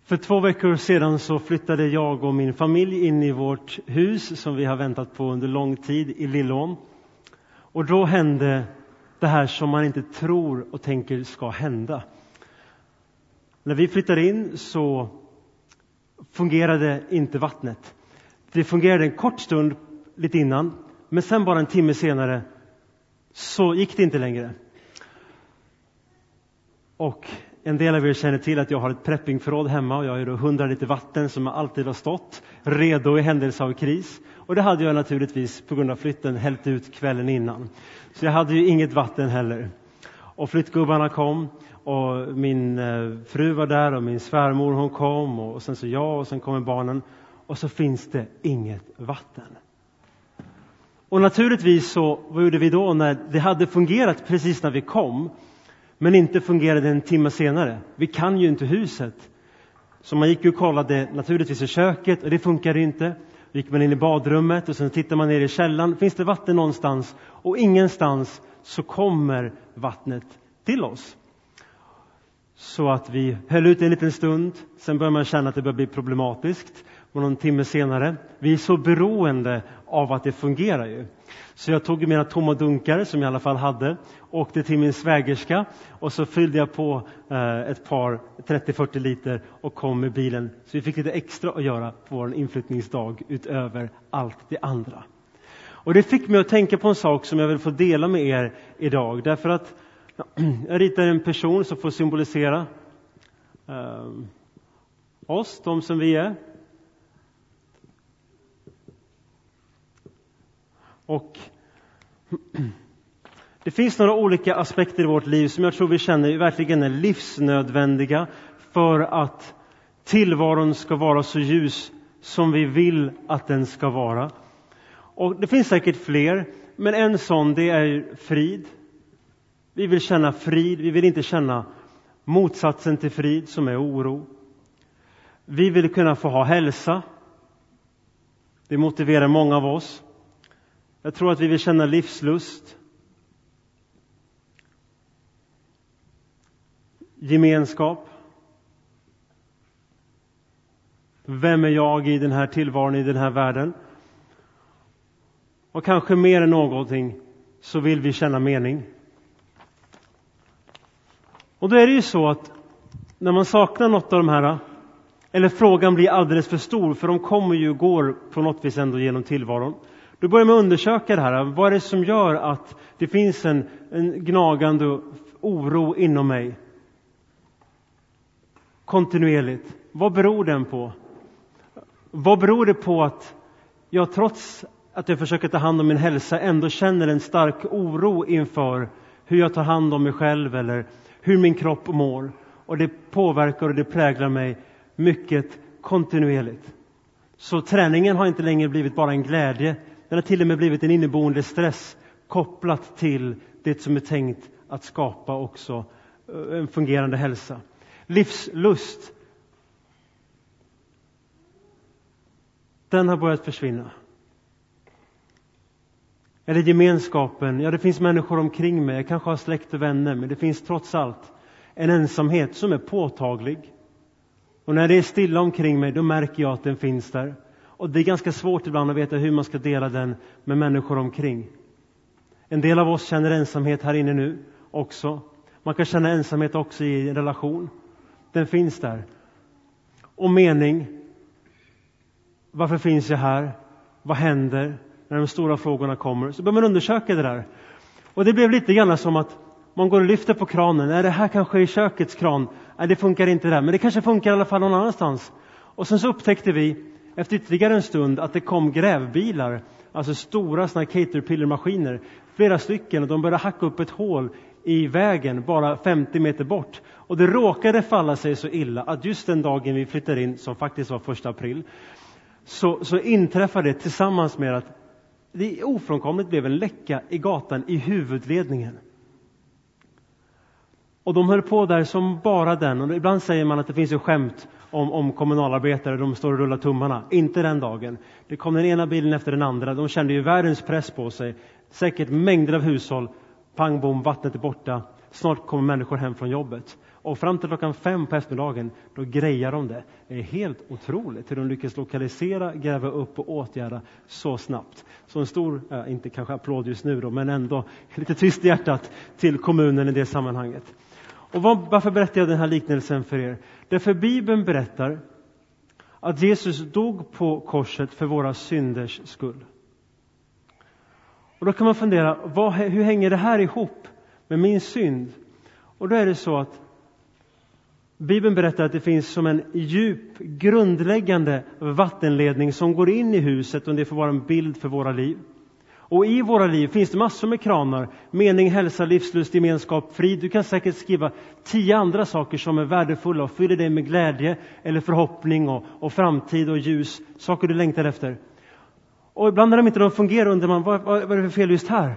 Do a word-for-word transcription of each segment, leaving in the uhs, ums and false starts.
För två veckor sedan så flyttade jag och min familj in i vårt hus som vi har väntat på under lång tid i Lillån. Och då hände det här som man inte tror och tänker ska hända. När vi flyttade in så fungerade inte vattnet. Det fungerade en kort stund lite innan, men sen bara en timme senare så gick det inte längre. Och en del av er känner till att jag har ett preppingförråd hemma och jag har då hundra liter vatten som alltid har stått redo i händelse av kris. Och det hade jag naturligtvis på grund av flytten hällt ut kvällen innan. Så jag hade ju inget vatten heller. Och flyttgubbarna kom och min fru var där och min svärmor hon kom och sen så jag och sen kommer barnen. Och så finns det inget vatten. Och naturligtvis så, vad gjorde vi då när det hade fungerat precis när vi kom? Men inte fungerade en timme senare. Vi kan ju inte huset. Så man gick och kollade naturligtvis i köket och det funkade inte. Då gick man in i badrummet och sen tittar man ner i källaren. Finns det vatten någonstans? Och ingenstans så kommer vattnet till oss. Så att vi höll ut en liten stund. Sen börjar man känna att det börjar bli problematiskt. Och någon timme senare. Vi är så beroende av att det fungerar ju. Så jag tog mina tomma dunkar som jag i alla fall hade. Åkte till min svägerska. Och så fyllde jag på eh, ett par trettio till fyrtio liter. Och kom med bilen. Så vi fick lite extra att göra på vår inflyttningsdag. Utöver allt det andra. Och det fick mig att tänka på en sak som jag vill få dela med er idag. Därför att ja, jag ritar en person som får symbolisera eh, oss, de som vi är. Och det finns några olika aspekter i vårt liv som jag tror vi känner verkligen är livsnödvändiga för att tillvaron ska vara så ljus som vi vill att den ska vara. Och det finns säkert fler, men en sån det är frid. Vi vill känna frid, vi vill inte känna motsatsen till frid som är oro. Vi vill kunna få ha hälsa. Det motiverar många av oss. Jag tror att vi vill känna livslust. Gemenskap. Vem är jag i den här tillvaron, i den här världen? Och kanske mer än någonting så vill vi känna mening. Och då är det ju så att när man saknar något av de här, eller frågan blir alldeles för stor, för de kommer ju och går på något vis ändå genom tillvaron. Då börjar man undersöka det här. Vad är det som gör att det finns en, en gnagande oro inom mig? Kontinuerligt. Vad beror den på? Vad beror det på att jag trots att jag försöker ta hand om min hälsa ändå känner en stark oro inför hur jag tar hand om mig själv eller hur min kropp mår? Och det påverkar och det präglar mig mycket kontinuerligt. Så träningen har inte längre blivit bara en glädje. Den har till och med blivit en inneboende stress kopplat till det som är tänkt att skapa också en fungerande hälsa. Livslust. Den har börjat försvinna. Eller gemenskapen. Ja, det finns människor omkring mig. Jag kanske har släkt och vänner. Men det finns trots allt en ensamhet som är påtaglig. Och när det är stilla omkring mig, då märker jag att den finns där. Och det är ganska svårt ibland att veta hur man ska dela den med människor omkring. En del av oss känner ensamhet här inne nu också. Man kan känna ensamhet också i en relation. Den finns där. Och mening. Varför finns jag här? Vad händer när de stora frågorna kommer? Så börjar man undersöka det där. Och det blev lite grann som att man går och lyfter på kranen. Är det här kanske i kökets kran? Nej, det funkar inte där. Men det kanske funkar i alla fall någon annanstans. Och sen så upptäckte vi efter ytterligare en stund att det kom grävbilar. Alltså stora såna Caterpillar-maskiner. Flera stycken. Och de började hacka upp ett hål i vägen bara femtio meter bort. Och det råkade falla sig så illa att just den dagen vi flyttade in, som faktiskt var första april. Så, så inträffade det tillsammans med att det ofrånkomligt blev en läcka i gatan i huvudledningen. Och de höll på där som bara den. Och ibland säger man att det finns ju skämt om, om kommunalarbetare. De står och rullar tummarna. Inte den dagen. Det kom den ena bilen efter den andra. De kände ju världens press på sig. Säkert mängder av hushåll. Pang, bom, vattnet är borta. Snart kommer människor hem från jobbet. Och fram till klockan fem på eftermiddagen, då grejar de det. Det är helt otroligt hur de lyckas lokalisera, gräva upp och åtgärda så snabbt. Så en stor, äh, inte kanske applåd just nu då, men ändå lite tyst i hjärtat till kommunen i det sammanhanget. Och vad, varför berättar jag den här liknelsen för er? Därför Bibeln berättar att Jesus dog på korset för våra synders skull. Och då kan man fundera, vad, hur hänger det här ihop med min synd? Och då är det så att Bibeln berättar att det finns som en djup, grundläggande vattenledning som går in i huset, och det får vara en bild för våra liv. Och i våra liv finns det massor med kranar. Mening, hälsa, livslust, gemenskap, frid. Du kan säkert skriva tio andra saker som är värdefulla och fyller dig med glädje eller förhoppning och, och framtid och ljus. Saker du längtar efter. Och ibland när de inte de fungerar undrar man, vad, vad, vad är det för fel just här?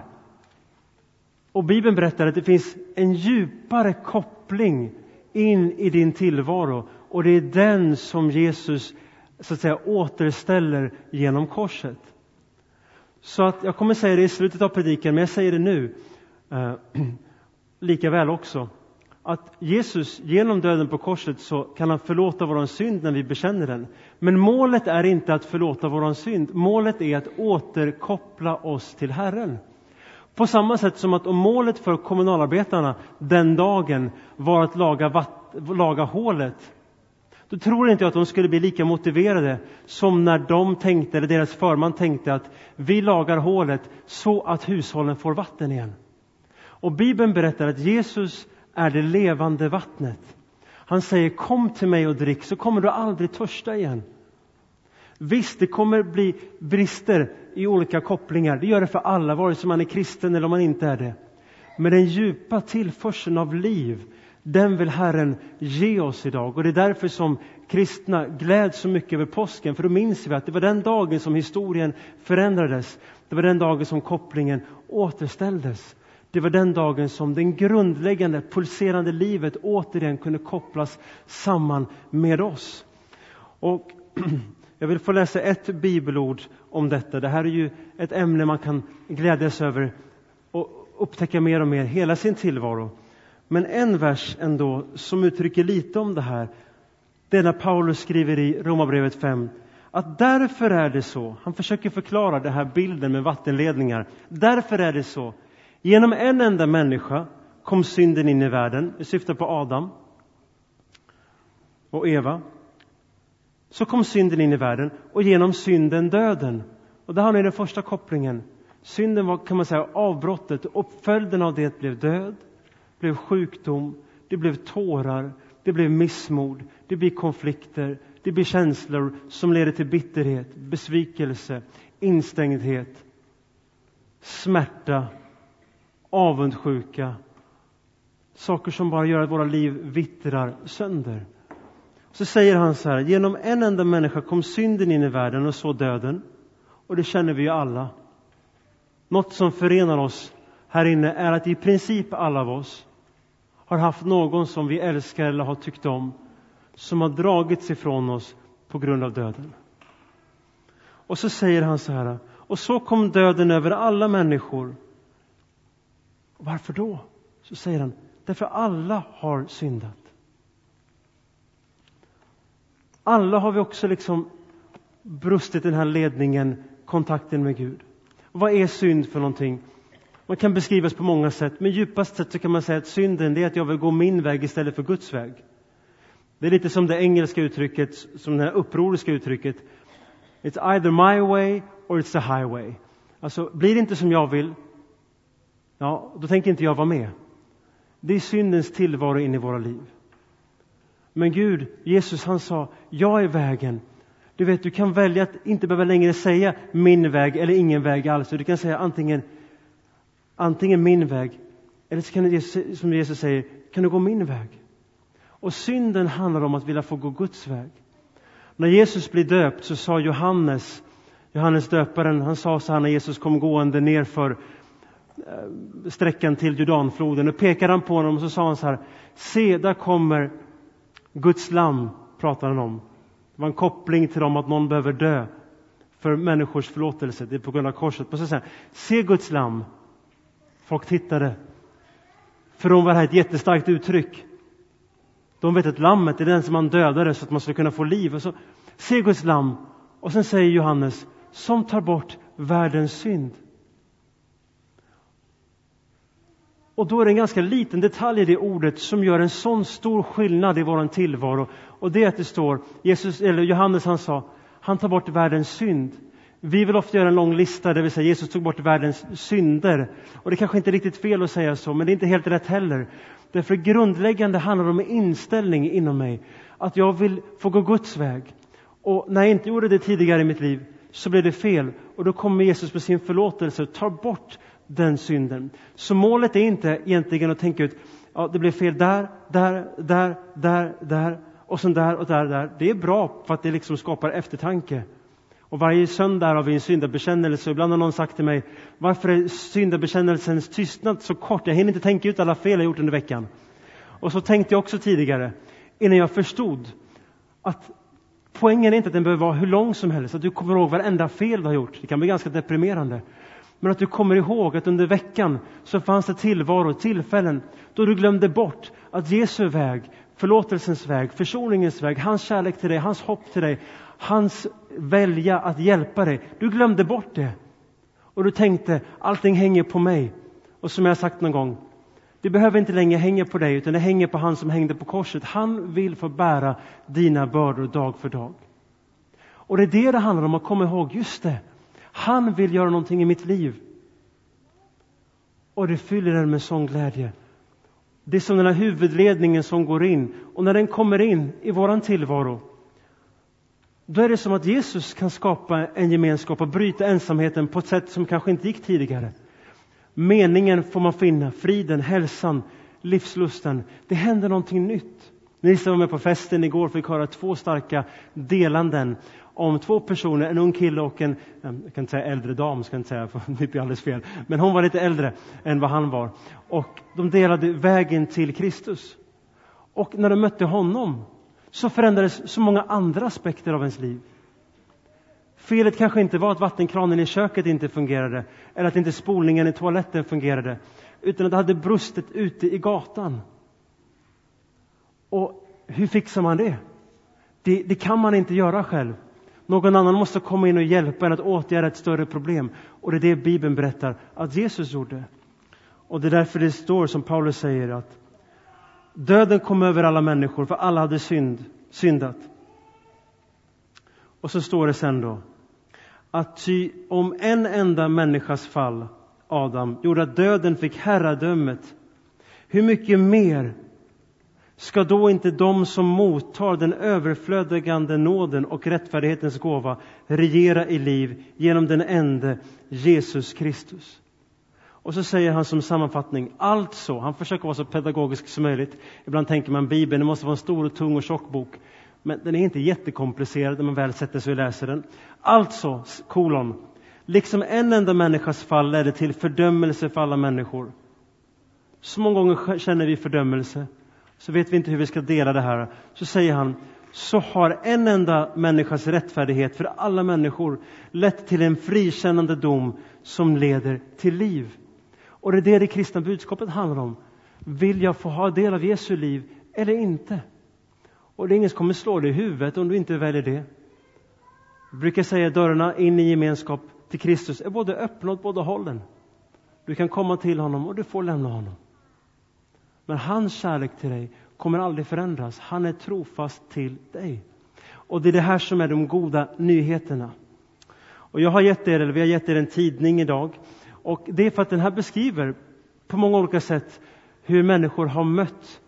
Och Bibeln berättar att det finns en djupare koppling in i din tillvaro. Och det är den som Jesus så att säga återställer genom korset. Så att jag kommer säga det i slutet av predikan, men jag säger det nu eh, lika väl också. Att Jesus genom döden på korset så kan han förlåta vår synd när vi bekänner den. Men målet är inte att förlåta vår synd. Målet är att återkoppla oss till Herren. På samma sätt som att om målet för kommunalarbetarna den dagen var att laga, vatt, laga hålet, då tror inte jag att de skulle bli lika motiverade som när de tänkte, eller deras förman tänkte, att vi lagar hålet så att hushållen får vatten igen. Och Bibeln berättar att Jesus är det levande vattnet. Han säger, kom till mig och drick, så kommer du aldrig törsta igen. Visst, det kommer bli brister i olika kopplingar. Det gör det för alla, vare sig man är kristen eller om man inte är det. Men den djupa tillförseln av liv, den vill Herren ge oss idag. Och det är därför som kristna gläds så mycket över påsken. För då minns vi att det var den dagen som historien förändrades. Det var den dagen som kopplingen återställdes. Det var den dagen som den grundläggande, pulserande livet återigen kunde kopplas samman med oss. Och jag vill få läsa ett bibelord om detta. Det här är ju ett ämne man kan glädjas över och upptäcka mer och mer hela sin tillvaro. Men en vers ändå som uttrycker lite om det här, det är när Paulus skriver i Romarbrevet fem, att därför är det så, han försöker förklara den här bilden med vattenledningar, därför är det så, genom en enda människa kom synden in i världen, det syftar på Adam och Eva, så kom synden in i världen och genom synden döden. Och där har ni den första kopplingen. Synden var, kan man säga, avbrottet, och följden av det blev död, blev sjukdom, det blev tårar, det blev missmod, det blir konflikter, det blir känslor som leder till bitterhet, besvikelse, instängdhet, smärta, avundsjuka, saker som bara gör att våra liv vittrar sönder. Så säger han så här, genom en enda människa kom synden in i världen och så döden, och det känner vi ju alla. Något som förenar oss här inne är att i princip alla av oss har haft någon som vi älskar eller har tyckt om, som har dragits ifrån oss på grund av döden. Och så säger han så här, och så kom döden över alla människor. Varför då? Så säger han, därför alla har syndat. Alla har vi också liksom brustit den här ledningen, kontakten med Gud. Och vad är synd för någonting? Man kan beskrivas på många sätt, men djupast sett så kan man säga att synden, det är att jag vill gå min väg istället för Guds väg. Det är lite som det engelska uttrycket, som det här upproriska uttrycket. It's either my way or it's the highway. Alltså, blir det inte som jag vill, ja, då tänker inte jag vara med. Det är syndens tillvaro in i våra liv. Men Gud, Jesus, han sa, jag är vägen. Du vet, du kan välja att inte behöva längre säga min väg eller ingen väg alls. Du kan säga antingen, antingen min väg, eller så kan du, som Jesus säger, kan du gå min väg. Och synden handlar om att vilja få gå Guds väg. När Jesus blir döpt så sa Johannes, Johannes döparen, han sa så här när Jesus kom gående ner för sträckan till Jordanfloden. Och pekade han på honom och så sa han så här, se, där kommer Guds lamm, pratar han om. Det var en koppling till dem att någon behöver dö för människors förlåtelse. Det är på grund av korset. Och så säger han, se Guds lamm. Folk tittade. För de var här ett jättestarkt uttryck. De vet att lammet är den som man dödade så att man skulle kunna få liv. Och så ser Guds lamm. Och sen säger Johannes, som tar bort världens synd. Och då är det en ganska liten detalj i det ordet som gör en sån stor skillnad i vår tillvaro. Och det är att det står, Jesus, eller Johannes han sa, han tar bort världens synd. Vi vill ofta göra en lång lista där vi säger Jesus tog bort världens synder. Och det är kanske inte riktigt fel att säga så, men det är inte helt rätt heller. Därför grundläggande handlar det om en inställning inom mig. Att jag vill få gå Guds väg. Och när jag inte gjorde det tidigare i mitt liv så blev det fel. Och då kommer Jesus med sin förlåtelse och tar bort den synden. Så målet är inte egentligen att tänka ut, ja det blev fel där, där, där, där, där och sen där och där, där. Det är bra för att det liksom skapar eftertanke. Och varje söndag har vi en syndabekännelse. Ibland har någon sagt till mig, varför är syndabekännelsens tystnad så kort? Jag hinner inte tänka ut alla fel jag gjort under veckan. Och så tänkte jag också tidigare, innan jag förstod att poängen är inte att den behöver vara hur lång som helst. Att du kommer ihåg varenda fel du har gjort. Det kan bli ganska deprimerande. Men att du kommer ihåg att under veckan så fanns det tillvaro, tillfällen då du glömde bort att Jesu väg, förlåtelsens väg, försoningens väg, hans kärlek till dig, hans hopp till dig, hans välja att hjälpa dig. Du glömde bort det. Och du tänkte, allting hänger på mig. Och som jag har sagt någon gång, det behöver inte längre hänga på dig utan det hänger på han som hängde på korset. Han vill få bära dina bördor dag för dag. Och det är det det handlar om att komma ihåg, just det. Han vill göra någonting i mitt liv. Och det fyller den med sån glädje. Det är som den här huvudledningen som går in. Och när den kommer in i våran tillvaro, då är det som att Jesus kan skapa en gemenskap och bryta ensamheten på ett sätt som kanske inte gick tidigare. Meningen får man finna, friden, hälsan, livslusten. Det händer någonting nytt. Ni som var med på festen igår fick höra två starka delanden om två personer, en ung kille och en, jag kan inte säga äldre dam, ska jag inte säga, för det blir alldeles fel. Men hon var lite äldre än vad han var. Och de delade vägen till Kristus. Och när de mötte honom så förändrades så många andra aspekter av ens liv. Felet kanske inte var att vattenkranen i köket inte fungerade. Eller att inte spolningen i toaletten fungerade. Utan att det hade brustit ute i gatan. Och hur fixar man det? Det, det kan man inte göra själv. Någon annan måste komma in och hjälpa en att åtgärda ett större problem. Och det är det Bibeln berättar att Jesus gjorde. Och det är därför det står som Paulus säger att döden kom över alla människor för alla hade synd, syndat. Och så står det sen då att ty om en enda människas fall, Adam, gjorde att döden fick herradömet, hur mycket mer ska då inte de som mottar den överflödigande nåden och rättfärdighetens gåva regera i liv genom den ende Jesus Kristus? Och så säger han som sammanfattning, alltså, han försöker vara så pedagogisk som möjligt. Ibland tänker man Bibeln, det måste vara en stor och tung och tjock bok. Men den är inte jättekomplicerad när man väl sätter sig och läser den. Alltså, kolon, liksom en enda människas fall ledde till fördömelse för alla människor. Så många gånger känner vi fördömelse. Så vet vi inte hur vi ska dela det här. Så säger han, så har en enda människas rättfärdighet för alla människor lett till en frikännande dom som leder till liv. Och det är det det kristna budskapet handlar om. Vill jag få ha del av Jesu liv eller inte? Och det är ingen som kommer slå dig i huvudet om du inte väljer det. Jag brukar säga att dörrarna in i gemenskap till Kristus är både öppna åt båda hållen. Du kan komma till honom och du får lämna honom. Men hans kärlek till dig kommer aldrig förändras. Han är trofast till dig. Och det är det här som är de goda nyheterna. Och jag har gett er, eller vi har gett er en tidning idag. Och det är för att den här beskriver på många olika sätt hur människor har mött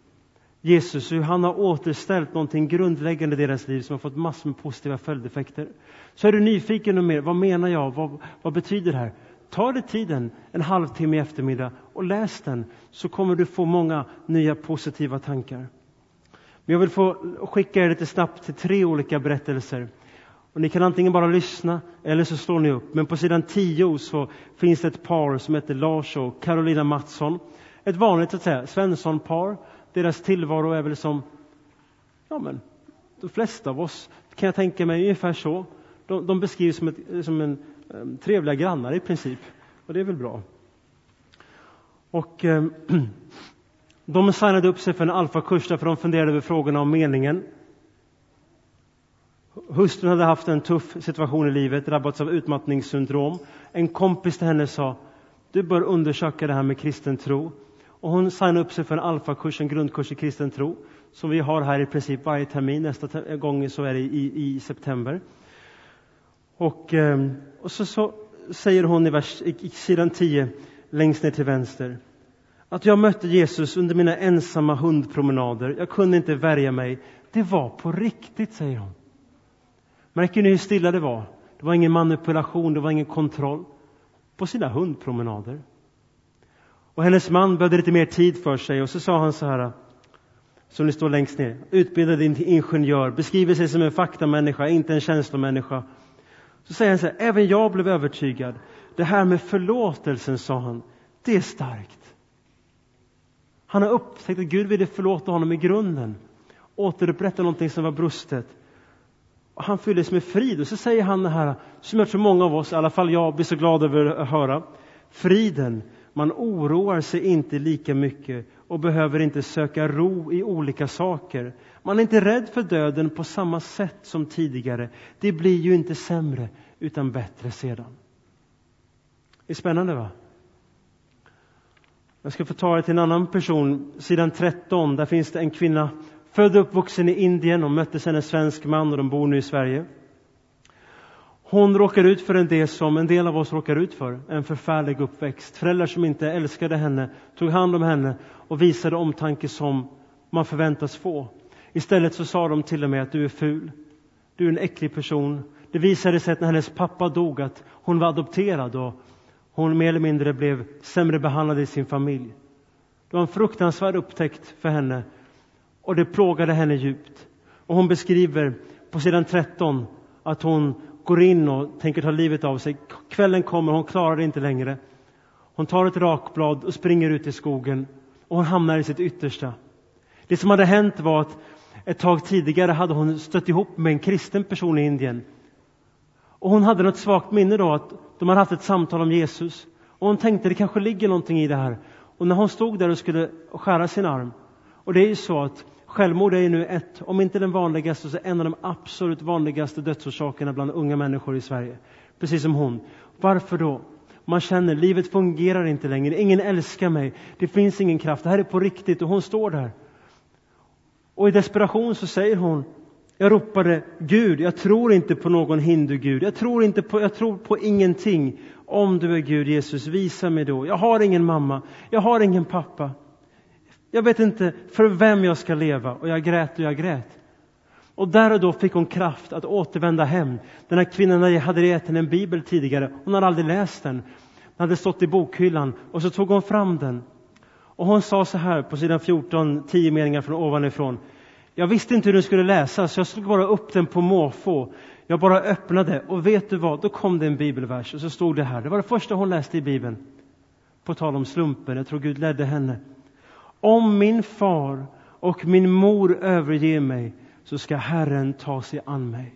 Jesus. Hur han har återställt någonting grundläggande i deras liv som har fått massor med positiva följdeffekter. Så är du nyfiken och mer, vad menar jag? Vad, vad betyder det här? Ta dig tiden en halvtimme i eftermiddag och läs den, så kommer du få många nya positiva tankar. Men jag vill få skicka er lite snabbt till tre olika berättelser. Och ni kan antingen bara lyssna eller så slår ni upp. Men på sidan tio så finns det ett par som heter Lars och Carolina Mattsson. Ett vanligt så att säga Svensson-par. Deras tillvaro är väl som, ja men, de flesta av oss kan jag tänka mig ungefär så. De, de beskrivs som, ett, som en um, trevliga grannar i princip. Och det är väl bra. Och um, De signade upp sig för en alfakurs för de funderade över frågorna om meningen. Hustrun hade haft en tuff situation i livet, drabbats av utmattningssyndrom. En kompis till henne sa, du bör undersöka det här med kristen tro. Och hon signade upp sig för en alfakurs, en grundkurs i kristen tro, som vi har här i princip varje termin. Nästa gång så är det i, i september. Och, och så, så säger hon i, vers, i, i sidan tio, längst ner till vänster, att jag mötte Jesus under mina ensamma hundpromenader. Jag kunde inte värja mig. Det var på riktigt, säger hon. Märker ni hur stilla det var? Det var ingen manipulation, det var ingen kontroll. På sina hundpromenader. Och hennes man behövde lite mer tid för sig. Och så sa han så här, som det står längst ner. Utbildad ingenjör, beskriver sig som en faktamänniska, inte en känslomänniska. Så säger han så här, även jag blev övertygad. Det här med förlåtelsen, sa han, det är starkt. Han har upptäckt att Gud ville förlåta honom i grunden. Återupprätta någonting som var brustet. Och han fylldes med frid. Och så säger han det här, som jag tror många av oss, i alla fall jag, blir så glad över att höra. Friden, man oroar sig inte lika mycket och behöver inte söka ro i olika saker. Man är inte rädd för döden på samma sätt som tidigare. Det blir ju inte sämre utan bättre sedan. Det är spännande, va? Jag ska få ta det till en annan person. Sidan tretton, där finns det en kvinna född och uppvuxen i Indien och mötte sen en svensk man och de bor nu i Sverige. Hon råkar ut för en del som en del av oss råkar ut för. En förfärlig uppväxt. Föräldrar som inte älskade henne, tog hand om henne och visade omtanke som man förväntas få. Istället så sa de till och med att du är ful. Du är en äcklig person. Det visade sig att när hennes pappa dog att hon var adopterad och hon mer eller mindre blev sämre behandlad i sin familj. Det var en fruktansvärd upptäckt för henne. Och det plågade henne djupt. Och hon beskriver på sidan tretton att hon går in och tänker ta livet av sig. Kvällen kommer, hon klarar det inte längre. Hon tar ett rakblad och springer ut i skogen. Och hon hamnar i sitt yttersta. Det som hade hänt var att ett tag tidigare hade hon stött ihop med en kristen person i Indien. Och hon hade något svagt minne då att de hade haft ett samtal om Jesus. Och hon tänkte det kanske ligger någonting i det här. Och när hon stod där och skulle skära sin arm. Och det är ju så att självmord är nu ett, om inte den vanligaste, så en av de absolut vanligaste dödsorsakerna bland unga människor i Sverige. Precis som hon. Varför då? Man känner, livet fungerar inte längre. Ingen älskar mig. Det finns ingen kraft. Det här är på riktigt. Och hon står där. Och i desperation så säger hon, jag ropade, Gud, jag tror inte på någon hindugud. Jag tror inte på, jag tror på ingenting. Om du är Gud, Jesus, visa mig då. Jag har ingen mamma. Jag har ingen pappa. Jag vet inte för vem jag ska leva. Och jag grät och jag grät. Och där och då fick hon kraft att återvända hem. Den här kvinnan hade gett henne en bibel tidigare. Hon hade aldrig läst den. Den hade stått i bokhyllan. Och så tog hon fram den. Och hon sa så här på sidan fjorton, tio meningar från ovanifrån. Jag visste inte hur den skulle läsas, så jag slog bara upp den på måfå. Jag bara öppnade och vet du vad, då kom det en bibelvers och så stod det här. Det var det första hon läste i Bibeln. På tal om slumpen, jag tror Gud ledde henne. Om min far och min mor överger mig så ska Herren ta sig an mig.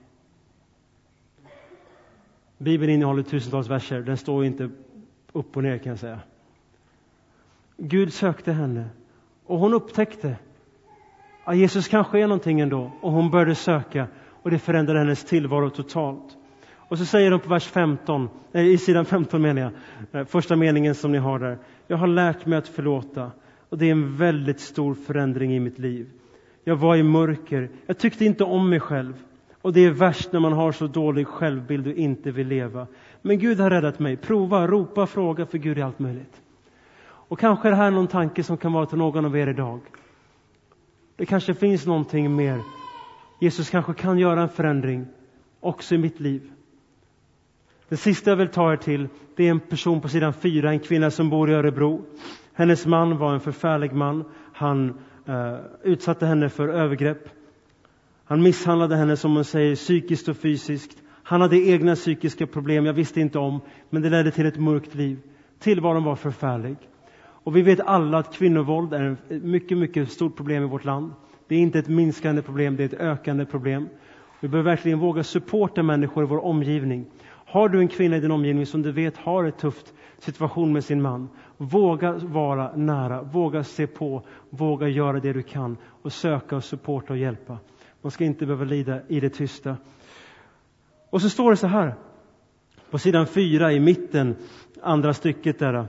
Bibeln innehåller tusentals verser, den står inte upp och ner kan jag säga. Gud sökte henne och hon upptäckte att Jesus kanske är någonting ändå. Och hon började söka och det förändrade hennes tillvaro totalt. Och så säger de på vers femton, nej, i sidan femton menar jag, första meningen som ni har där. Jag har lärt mig att förlåta och det är en väldigt stor förändring i mitt liv. Jag var i mörker, jag tyckte inte om mig själv. Och det är värst när man har så dålig självbild och inte vill leva. Men Gud har räddat mig, prova, ropa, fråga, för Gud är allt möjligt. Och kanske är det här någon tanke som kan vara till någon av er idag. Det kanske finns någonting mer. Jesus kanske kan göra en förändring också i mitt liv. Det sista jag vill ta er till, det är en person på sidan fyra, en kvinna som bor i Örebro. Hennes man var en förfärlig man. Han uh, utsatte henne för övergrepp. Han misshandlade henne, som man säger, psykiskt och fysiskt. Han hade egna psykiska problem, jag visste inte om, men det ledde till ett mörkt liv. Tillvaron var förfärlig. Och vi vet alla att kvinnovåld är ett mycket, mycket stort problem i vårt land. Det är inte ett minskande problem, det är ett ökande problem. Vi behöver verkligen våga supporta människor i vår omgivning. Har du en kvinna i din omgivning som du vet har ett tufft situation med sin man, våga vara nära, våga se på, våga göra det du kan och söka och supporta och hjälpa. Man ska inte behöva lida i det tysta. Och så står det så här på sidan fyra i mitten, andra stycket där,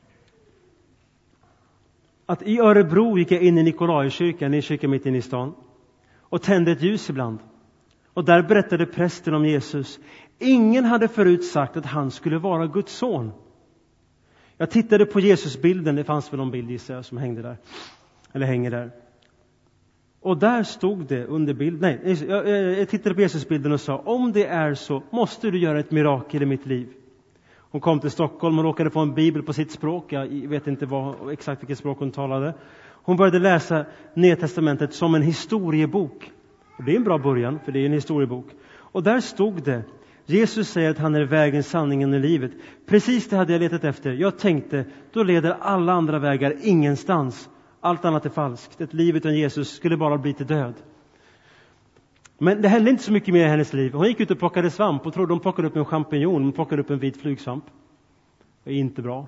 att i Örebro gick jag in i Nikolaikyrkan, i kyrkan mitt inne i stan, och tände ett ljus ibland. Och där berättade prästen om Jesus. Ingen hade förut sagt att han skulle vara Guds son. Jag tittade på Jesusbilden, det fanns väl någon bild gissar jag som hängde där, eller hänger där. Och där stod det under bild, nej, jag, jag tittade på Jesusbilden och sa, om det är så måste du göra ett mirakel i mitt liv. Hon kom till Stockholm och råkade få en bibel på sitt språk. Jag vet inte vad, exakt vilket språk hon talade. Hon började läsa Nya testamentet som en historiebok. Och det är en bra början, för det är en historiebok. Och där stod det, Jesus säger att han är vägen, sanningen och livet. Precis det hade jag letat efter. Jag tänkte, då leder alla andra vägar ingenstans. Allt annat är falskt. Ett liv utan Jesus skulle bara bli till död. Men det hände inte så mycket mer i hennes liv. Hon gick ut och plockade svamp och trodde hon plockade upp en champinjon. Hon plockade upp en vit flygsvamp. Det är inte bra.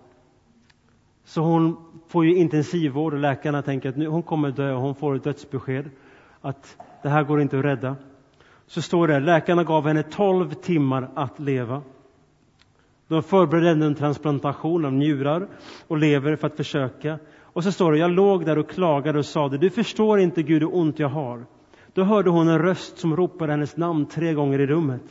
Så hon får ju intensivvård och läkarna tänker att nu hon kommer dö och hon får ett dödsbesked. Att det här går inte att rädda. Så står det, läkarna gav henne tolv timmar att leva. De förberedde en transplantation av njurar och lever för att försöka. Och så står det, jag låg där och klagade och sa det, du förstår inte Gud hur ont jag har. Då hörde hon en röst som ropade hennes namn tre gånger i rummet.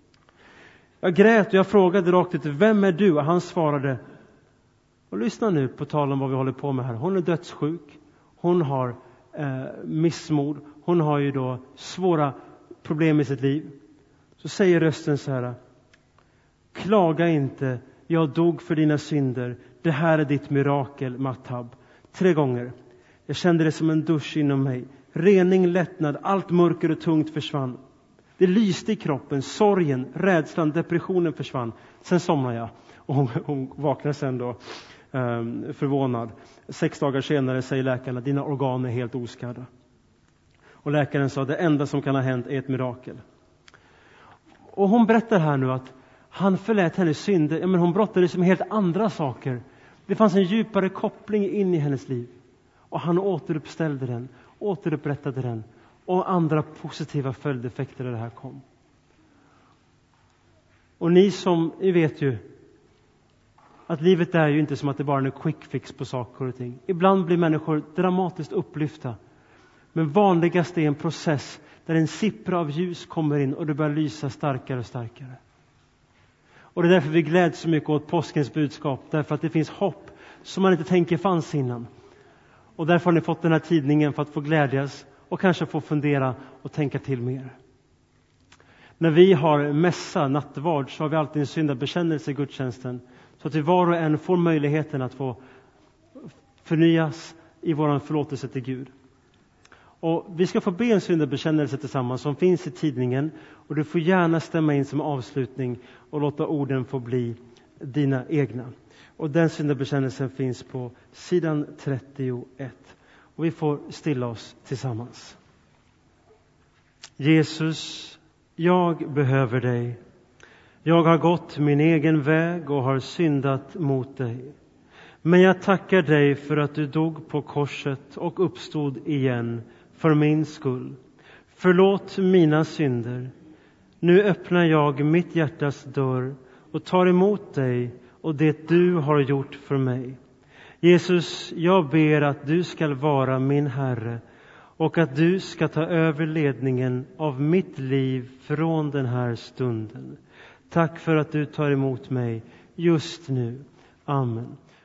Jag grät och jag frågade rakt ut, vem är du? Och han svarade, och lyssna nu på tal om vad vi håller på med här. Hon är dödssjuk, hon har eh, missmod, hon har ju då svåra problem i sitt liv. Så säger rösten så här, klaga inte, jag dog för dina synder. Det här är ditt mirakel, Mattab. Tre gånger. Jag kände det som en dusch inom mig. Rening, lättnad, allt mörker och tungt försvann. Det lyste i kroppen, sorgen, rädslan, depressionen försvann. Sen somnade jag. Och hon, hon vaknade sen då um, förvånad. Sex dagar senare säger läkarna, dina organ är helt oskadda. Och läkaren sa, det enda som kan ha hänt är ett mirakel. Och hon berättar här nu att han förlät hennes synder. Ja, men hon brottades med helt andra saker. Det fanns en djupare koppling in i hennes liv. Och han återuppställde den, återupprättade den. Och andra positiva följdeffekter där det här kom. Och ni som, ni vet ju att livet är ju inte som att det bara är en quick fix på saker och ting. Ibland blir människor dramatiskt upplyfta. Men vanligast är en process där en sippra av ljus kommer in och det börjar lysa starkare och starkare. Och det är därför vi gläds så mycket åt påskens budskap. Därför att det finns hopp som man inte tänker fanns innan. Och därför har ni fått den här tidningen för att få glädjas och kanske få fundera och tänka till mer. När vi har mässa, nattvard, så har vi alltid en syndabekännelse i gudstjänsten. Så att vi var och en får möjligheten att få förnyas i vår förlåtelse till Gud. Och vi ska få be en syndabekännelse tillsammans som finns i tidningen. Och du får gärna stämma in som avslutning och låta orden få bli dina egna. Och den syndabekännelsen finns på sidan trettioett. Och vi får stilla oss tillsammans. Jesus, jag behöver dig. Jag har gått min egen väg och har syndat mot dig. Men jag tackar dig för att du dog på korset och uppstod igen för min skull. Förlåt mina synder. Nu öppnar jag mitt hjärtas dörr och tar emot dig och det du har gjort för mig. Jesus, jag ber att du ska vara min Herre och att du ska ta över ledningen av mitt liv från den här stunden. Tack för att du tar emot mig just nu. Amen.